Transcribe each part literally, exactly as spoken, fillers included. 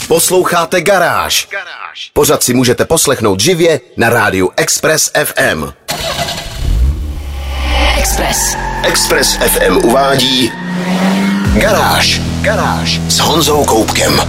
Posloucháte Garáž. Pořad si můžete poslechnout živě na rádiu Express F M. Express. Express F M uvádí Garáž. Garáž s Honzou Koubkem.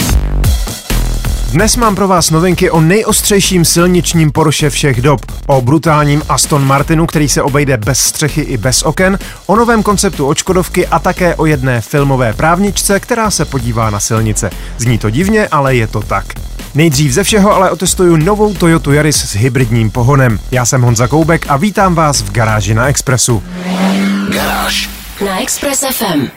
Dnes mám pro vás novinky o nejostřejším silničním Porsche všech dob, o brutálním Aston Martinu, který se obejde bez střechy i bez oken, o novém konceptu od Škodovky a také o jedné filmové právničce, která se podívá na silnice. Zní to divně, ale je to tak. Nejdřív ze všeho ale otestuju novou Toyotu Yaris s hybridním pohonem. Já jsem Honza Koubek a vítám vás v Garáži na Expressu. Garáž Na Express F M.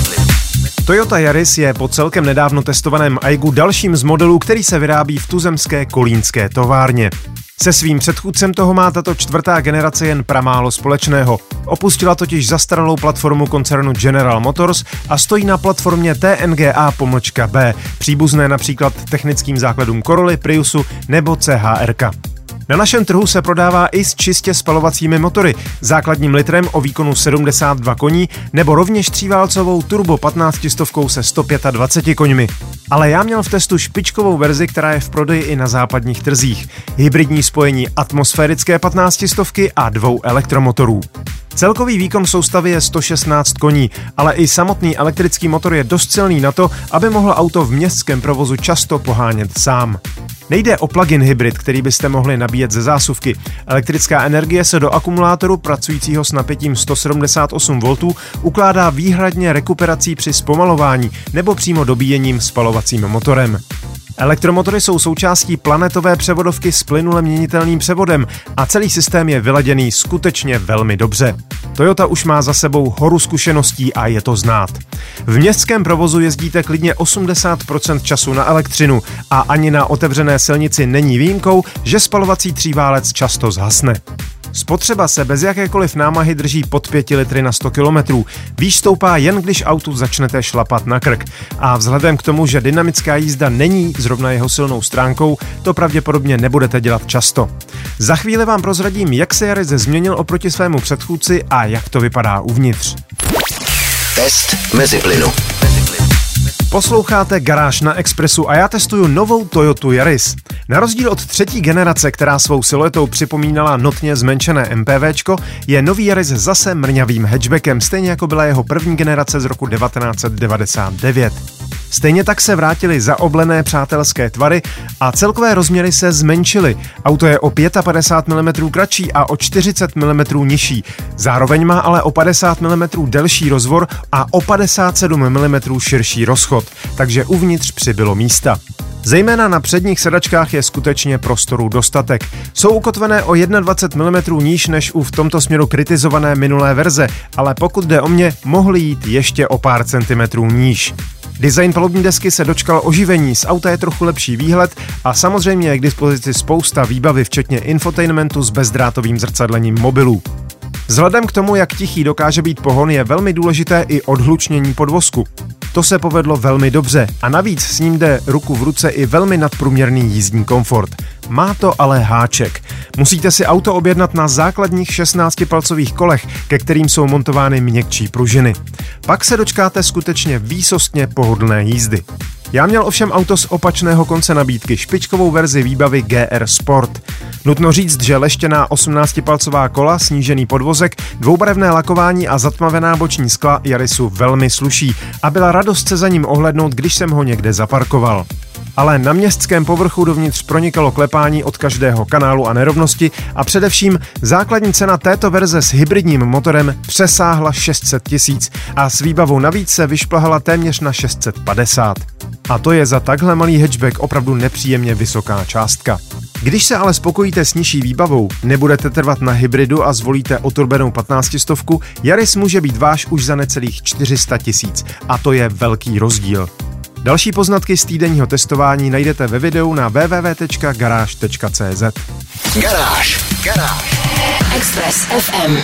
Toyota Yaris je po celkem nedávno testovaném Aigu dalším z modelů, který se vyrábí v tuzemské kolínské továrně. Se svým předchůdcem toho má tato čtvrtá generace jen pramálo společného. Opustila totiž zastaralou platformu koncernu General Motors a stojí na platformě T N G A pomlčka B, příbuzné například technickým základům Corolly, Priusu nebo C H R K. Na našem trhu se prodává i s čistě spalovacími motory, základním litrem o výkonu sedmdesát dva koní nebo rovněž tříválcovou turbo patnáctistovkou se sto dvacet pět koňmi. Ale já měl v testu špičkovou verzi, která je v prodeji i na západních trzích. Hybridní spojení atmosférické patnáctistovky a dvou elektromotorů. Celkový výkon soustavy je sto šestnáct koní, ale i samotný elektrický motor je dost silný na to, aby mohlo auto v městském provozu často pohánět sám. Nejde o plug-in hybrid, který byste mohli nabíjet ze zásuvky. Elektrická energie se do akumulátoru pracujícího s napětím sto sedmdesát osm voltů ukládá výhradně rekuperací při zpomalování nebo přímo dobíjením spalovacím motorem. Elektromotory jsou součástí planetové převodovky s plynule měnitelným převodem a celý systém je vyladěný skutečně velmi dobře. Toyota už má za sebou horu zkušeností a je to znát. V městském provozu jezdíte klidně osmdesát procent času na elektřinu a ani na otevřené silnici není výjimkou, že spalovací tříválec často zhasne. Spotřeba se bez jakékoliv námahy drží pod pěti litry na sto kilometrů. Výš stoupá jen když autu začnete šlapat na krk. A vzhledem k tomu, že dynamická jízda není zrovna jeho silnou stránkou, to pravděpodobně nebudete dělat často. Za chvíli vám prozradím, jak se Yaris změnil oproti svému předchůdci a jak to vypadá uvnitř. Test meziplynu. Posloucháte Garáž na Expressu a já testuju novou Toyotu Yaris. Na rozdíl od třetí generace, která svou siluetou připomínala notně zmenšené MPVčko, je nový Yaris zase mrňavým hatchbackem, stejně jako byla jeho první generace z roku devatenáct set devadesát devět. Stejně tak se vrátily zaoblené přátelské tvary a celkové rozměry se zmenšily. Auto je o padesát pět milimetrů kratší a o čtyřicet milimetrů nižší. Zároveň má ale o padesát milimetrů delší rozvor a o padesát sedm milimetrů širší rozchod, takže uvnitř přibylo místa. Zejména na předních sedačkách je skutečně prostoru dostatek. Jsou ukotvené o dvacet jedna milimetrů níž než u v tomto směru kritizované minulé verze, ale pokud jde o mě, mohly jít ještě o pár centimetrů níž. Design palubní desky se dočkal oživení, z auta je trochu lepší výhled a samozřejmě je k dispozici spousta výbavy, včetně infotainmentu s bezdrátovým zrcadlením mobilů. Vzhledem k tomu, jak tichý dokáže být pohon, je velmi důležité i odhlučnění podvozku. To se povedlo velmi dobře a navíc s ním jde ruku v ruce i velmi nadprůměrný jízdní komfort. Má to ale háček. Musíte si auto objednat na základních šestnáctipalcových kolech, ke kterým jsou montovány měkčí pružiny. Pak se dočkáte skutečně výsostně pohodlné jízdy. Já měl ovšem auto z opačného konce nabídky, špičkovou verzi výbavy G R Sport. Nutno říct, že leštěná osmnáctipalcová kola, snížený podvozek, dvoubarevné lakování a zatmavená boční skla Yarisu velmi sluší a byla radost se za ním ohlédnout, když jsem ho někde zaparkoval. Ale na městském povrchu dovnitř pronikalo klepání od každého kanálu a nerovnosti a především základní cena této verze s hybridním motorem přesáhla šest set tisíc a s výbavou navíc se vyšplhala téměř na šest set padesát. A to je za takhle malý hatchback opravdu nepříjemně vysoká částka. Když se ale spokojíte s nižší výbavou, nebudete trvat na hybridu a zvolíte oturbenou patnáctistovku, Yaris může být váš už za necelých čtyři sta tisíc a to je velký rozdíl. Další poznatky z týdenního testování najdete ve videu na w w w tečka garáž tečka c z. Garáž. Garáž. Express F M.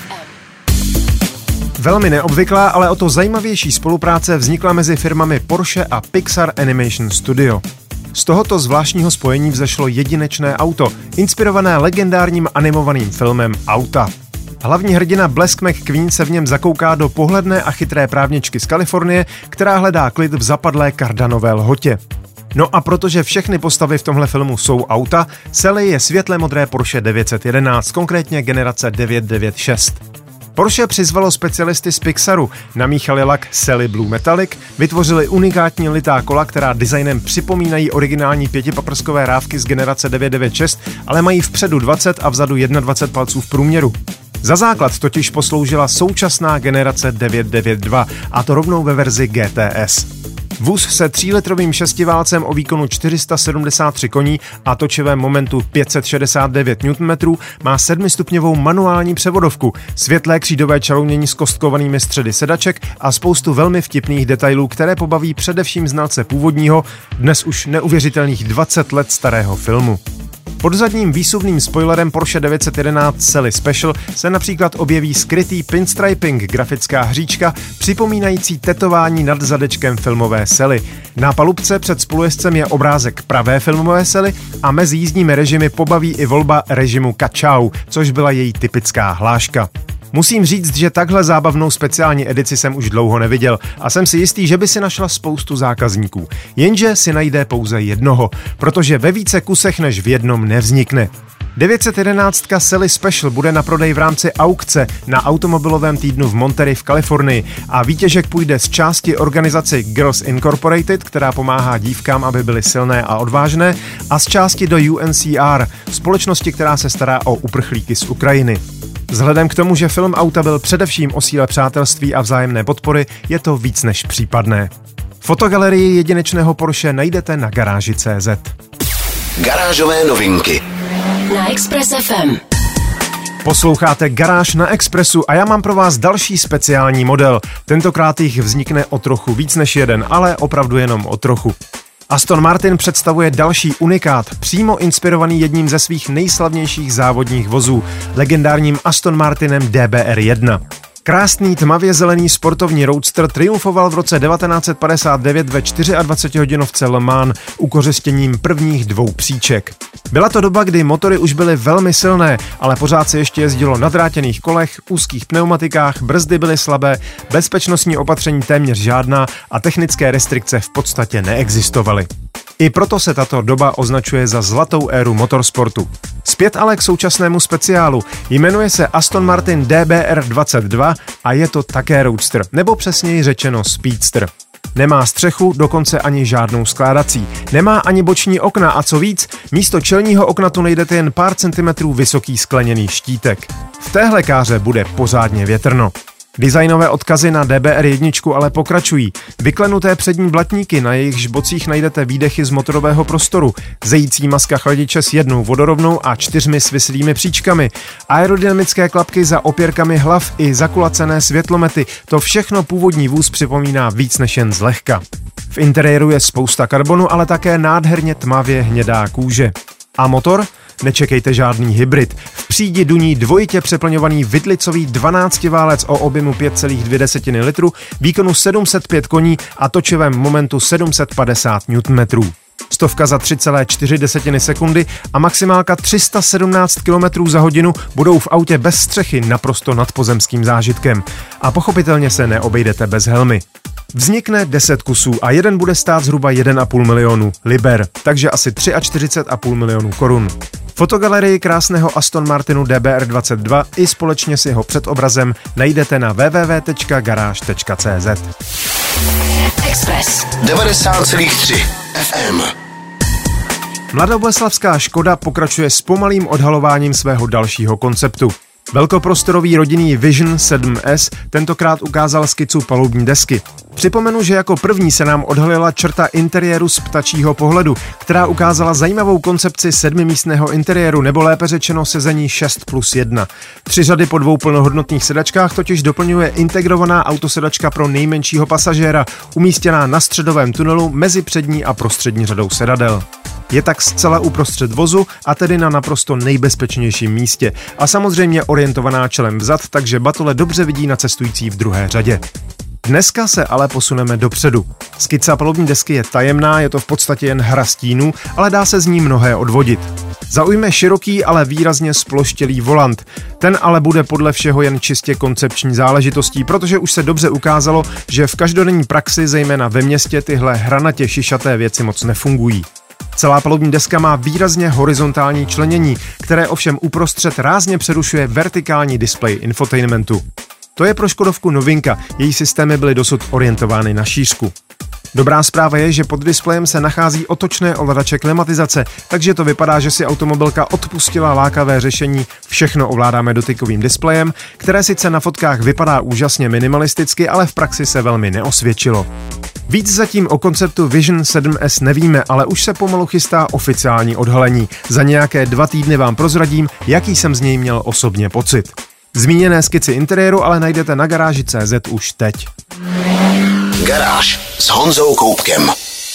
Velmi neobvyklá, ale o to zajímavější spolupráce vznikla mezi firmami Porsche a Pixar Animation Studio. Z tohoto zvláštního spojení vzešlo jedinečné auto, inspirované legendárním animovaným filmem Auta. Hlavní hrdina Blesk McQueen se v něm zakouká do pohledné a chytré právničky z Kalifornie, která hledá klid v zapadlé kardanové lhotě. No a protože všechny postavy v tomhle filmu jsou auta, Sally je světle modré Porsche devět set jedenáct, konkrétně generace devět set devadesát šest. Porsche přizvalo specialisty z Pixaru, namíchali lak Sally Blue Metallic, vytvořili unikátní litá kola, která designem připomínají originální pětipaprskové rávky z generace devět set devadesát šest, ale mají vpředu dvacet a vzadu dvacet jedna palců v průměru. Za základ totiž posloužila současná generace devět set devadesát dva, a to rovnou ve verzi G T S. Vůz se třílitrovým šestiválcem o výkonu čtyři sta sedmdesát tři koní a točivém momentu pět set šedesát devět newtonmetrů má sedmistupňovou manuální převodovku, světlé křídové čalounění s kostkovanými středy sedaček a spoustu velmi vtipných detailů, které pobaví především znalce původního, dnes už neuvěřitelných dvacet let starého filmu. Pod zadním výsuvným spoilerem Porsche devět set jedenáct Sally Special se například objeví skrytý pinstriping, grafická hříčka připomínající tetování nad zadečkem filmové Sally. Na palubce před spolujezdcem je obrázek pravé filmové Sally a mezi jízdními režimy pobaví i volba režimu Ka-Čau, což byla její typická hláška. Musím říct, že takhle zábavnou speciální edici jsem už dlouho neviděl a jsem si jistý, že by si našla spoustu zákazníků. Jenže si najde pouze jednoho, protože ve více kusech než v jednom nevznikne. devět set jedenáct Sally Special bude na prodej v rámci aukce na automobilovém týdnu v Monterey v Kalifornii a výtěžek půjde z části organizaci Girls Incorporated, která pomáhá dívkám, aby byly silné a odvážné, a z části do U N C R, společnosti, která se stará o uprchlíky z Ukrajiny. Vzhledem k tomu, že film auta byl především o síle přátelství a vzájemné podpory, je to víc než případné. Fotogalerii jedinečného Porsche najdete na garáži tečka cé zet. Garážové novinky na Express F M. Posloucháte Garáž na Expressu a já mám pro vás další speciální model. Tentokrát jich vznikne o trochu víc než jeden, ale opravdu jenom o trochu. Aston Martin představuje další unikát, přímo inspirovaný jedním ze svých nejslavnějších závodních vozů, legendárním Aston Martinem D B R jedna. Krásný tmavě zelený sportovní roadster triumfoval v roce devatenáct set padesát devět ve dvacetičtyřhodinovce Le Mans ukořistěním prvních dvou příček. Byla to doba, kdy motory už byly velmi silné, ale pořád se ještě jezdilo na drátěných kolech, úzkých pneumatikách, brzdy byly slabé, bezpečnostní opatření téměř žádná a technické restrikce v podstatě neexistovaly. I proto se tato doba označuje za zlatou éru motorsportu. Zpět ale k současnému speciálu. Jmenuje se Aston Martin D B R dvacet dva a je to také roadster, nebo přesněji řečeno speedster. Nemá střechu, dokonce ani žádnou skládací. Nemá ani boční okna a co víc, místo čelního okna tu najdete jen pár centimetrů vysoký skleněný štítek. V téhle káře bude pořádně větrno. Designové odkazy na D B R jedna ale pokračují. Vyklenuté přední blatníky, na jejichž bocích najdete výdechy z motorového prostoru, zející maska chladiče s jednou vodorovnou a čtyřmi svislými příčkami, aerodynamické klapky za opěrkami hlav i zakulacené světlomety, to všechno původní vůz připomíná víc než jen zlehka. V interiéru je spousta karbonu, ale také nádherně tmavě hnědá kůže. A motor? Nečekejte žádný hybrid. V přídi duní dvojitě přeplňovaný vidlicový dvanáctiválec o objemu pět celá dvě litru, výkonu sedm set pět koní a točivém momentu sedm set padesát newtonmetrů. Stovka za tři celé čtyři sekundy a maximálka tři sta sedmnáct kilometrů za hodinu budou v autě bez střechy naprosto nadpozemským zážitkem. A pochopitelně se neobejdete bez helmy. Vznikne deset kusů a jeden bude stát zhruba jedna a půl milionu liber, takže asi čtyřicet tři a půl milionu korun. Fotogalerii krásného Aston Martinu D B R dvacet dva i společně s jeho předobrazem najdete na w w w tečka garáž tečka cé zet. Express devadesát celá tři F M. Mladoboleslavská Škoda pokračuje s pomalým odhalováním svého dalšího konceptu. Velkoprostorový rodinný Vision sedm S tentokrát ukázal skicu palubní desky. Připomenu, že jako první se nám odhalila črta interiéru z ptačího pohledu, která ukázala zajímavou koncepci sedmimístného interiéru, nebo lépe řečeno sezení šest plus jedna. Tři řady po dvou plnohodnotných sedačkách totiž doplňuje integrovaná autosedačka pro nejmenšího pasažéra, umístěná na středovém tunelu mezi přední a prostřední řadou sedadel. Je tak zcela uprostřed vozu a tedy na naprosto nejbezpečnějším místě a samozřejmě orientovaná čelem vzad, takže batole dobře vidí na cestující v druhé řadě. Dneska se ale posuneme dopředu. Skica palubní desky je tajemná, je to v podstatě jen hra stínů, ale dá se z ní mnohé odvodit. Zaujme široký, ale výrazně sploštělý volant. Ten ale bude podle všeho jen čistě koncepční záležitostí, protože už se dobře ukázalo, že v každodenní praxi, zejména ve městě, tyhle hranatě šišaté věci moc nefungují. Celá palubní deska má výrazně horizontální členění, které ovšem uprostřed rázně přerušuje vertikální displej infotainmentu. To je pro Škodovku novinka, její systémy byly dosud orientovány na šířku. Dobrá zpráva je, že pod displejem se nachází otočné ovladače klimatizace, takže to vypadá, že si automobilka odpustila lákavé řešení všechno ovládáme dotykovým displejem, které sice na fotkách vypadá úžasně minimalisticky, ale v praxi se velmi neosvědčilo. Víc zatím o konceptu Vision sedm S nevíme, ale už se pomalu chystá oficiální odhalení. Za nějaké dva týdny vám prozradím, jaký jsem z něj měl osobně pocit. Zmíněné skici interiéru ale najdete na garáži tečka cé zet už teď. Garáž s Honzou Koupkem.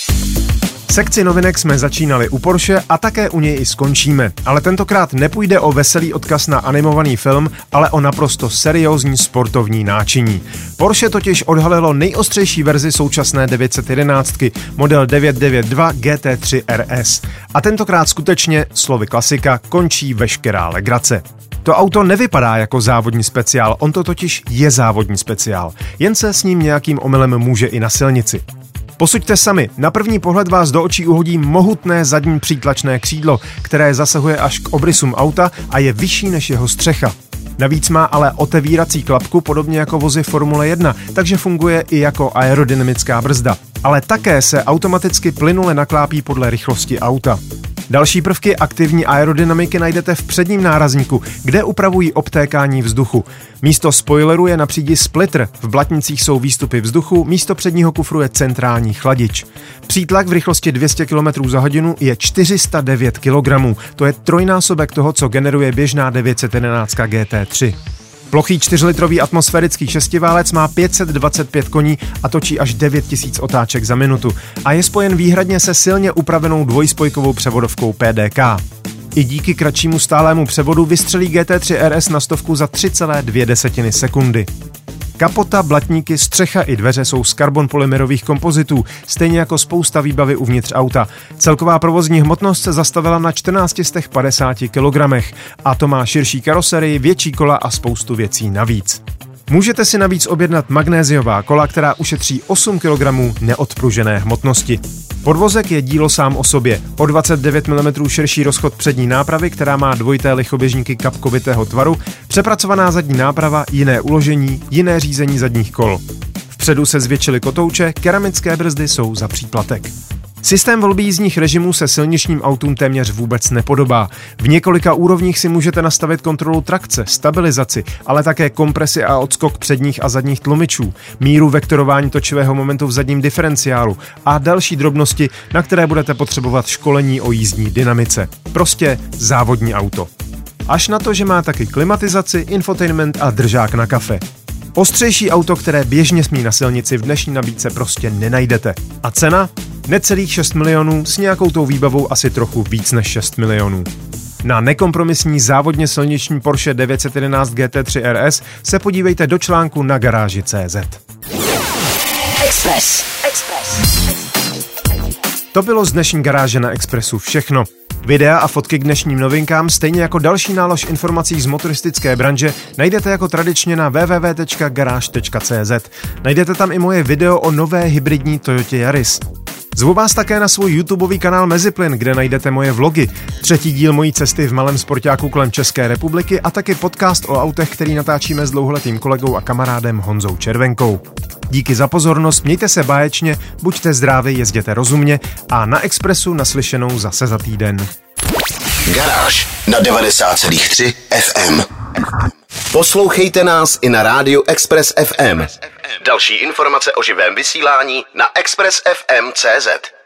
Sekci novinek jsme začínali u Porsche a také u něj i skončíme, ale tentokrát nepůjde o veselý odkaz na animovaný film, ale o naprosto seriózní sportovní náčiní. Porsche totiž odhalilo nejostřejší verzi současné devět set jedenáct, model devět set devadesát dva G T tři R S. A tentokrát skutečně, slovy klasika, končí veškerá legrace. To auto nevypadá jako závodní speciál, on to totiž je závodní speciál, jen se s ním nějakým omylem může i na silnici. Posuďte sami, na první pohled vás do očí uhodí mohutné zadní přítlačné křídlo, které zasahuje až k obrysům auta a je vyšší než jeho střecha. Navíc má ale otevírací klapku podobně jako vozy Formule jedna, takže funguje i jako aerodynamická brzda. Ale také se automaticky plynule naklápí podle rychlosti auta. Další prvky aktivní aerodynamiky najdete v předním nárazníku, kde upravují obtékání vzduchu. Místo spoileru je na přídi splitter, v blatnicích jsou výstupy vzduchu, místo předního kufru je centrální chladič. Přítlak v rychlosti dvě stě kilometrů za hodinu je čtyři sta devět kilogramů, to je trojnásobek toho, co generuje běžná devět set jedenáct G T tři. Plochý čtyřlitrový atmosférický šestiválec má pět set dvacet pět koní a točí až devět tisíc otáček za minutu a je spojen výhradně se silně upravenou dvojspojkovou převodovkou P D K. I díky kratšímu stálému převodu vystřelí G T tři R S na stovku za tři celé dvě desetiny sekundy. Kapota, blatníky, střecha i dveře jsou z karbon polymerových kompozitů, stejně jako spousta výbavy uvnitř auta. Celková provozní hmotnost se zastavila na čtrnáct set padesát kilogramech a to má širší karoserii, větší kola a spoustu věcí navíc. Můžete si navíc objednat magnéziová kola, která ušetří osm kilogramů neodpružené hmotnosti. Podvozek je dílo sám o sobě. O dvacet devět milimetrů širší rozchod přední nápravy, která má dvojité lichoběžníky kapkovitého tvaru, přepracovaná zadní náprava, jiné uložení, jiné řízení zadních kol. Vpředu se zvětšily kotouče, keramické brzdy jsou za příplatek. Systém volby jízdních režimů se silničním autům téměř vůbec nepodobá. V několika úrovních si můžete nastavit kontrolu trakce, stabilizaci, ale také kompresi a odskok předních a zadních tlumičů, míru vektorování točivého momentu v zadním diferenciálu a další drobnosti, na které budete potřebovat školení o jízdní dynamice. Prostě závodní auto. Až na to, že má taky klimatizaci, infotainment a držák na kafe. Ostřejší auto, které běžně smí na silnici, v dnešní nabídce prostě nenajdete. A cena? Necelých šest milionů, s nějakou tou výbavou asi trochu víc než šest milionů. Na nekompromisní závodně silniční Porsche devět set jedenáct G T tři R S se podívejte do článku na garáži tečka cé zet. Express. Express. To bylo z dnešní garáže na Expressu všechno. Videa a fotky k dnešním novinkám, stejně jako další nálož informací z motoristické branže, najdete jako tradičně na w w w tečka garáž tečka cé zet. Najdete tam i moje video o nové hybridní Toyotě Yaris. Zvu vás také na svůj YouTubeový kanál Meziplyn, kde najdete moje vlogy, třetí díl mojí cesty v malém sportáku kolem České republiky a taky podcast o autech, který natáčíme s dlouholetým kolegou a kamarádem Honzou Červenkou. Díky za pozornost, mějte se báječně, buďte zdraví, jezděte rozumně a na Expressu naslyšenou zase za týden. Garáž na devadesát celá tři F M. Poslouchejte nás i na rádiu Express F M. Další informace o živém vysílání na express f m tečka cé zet.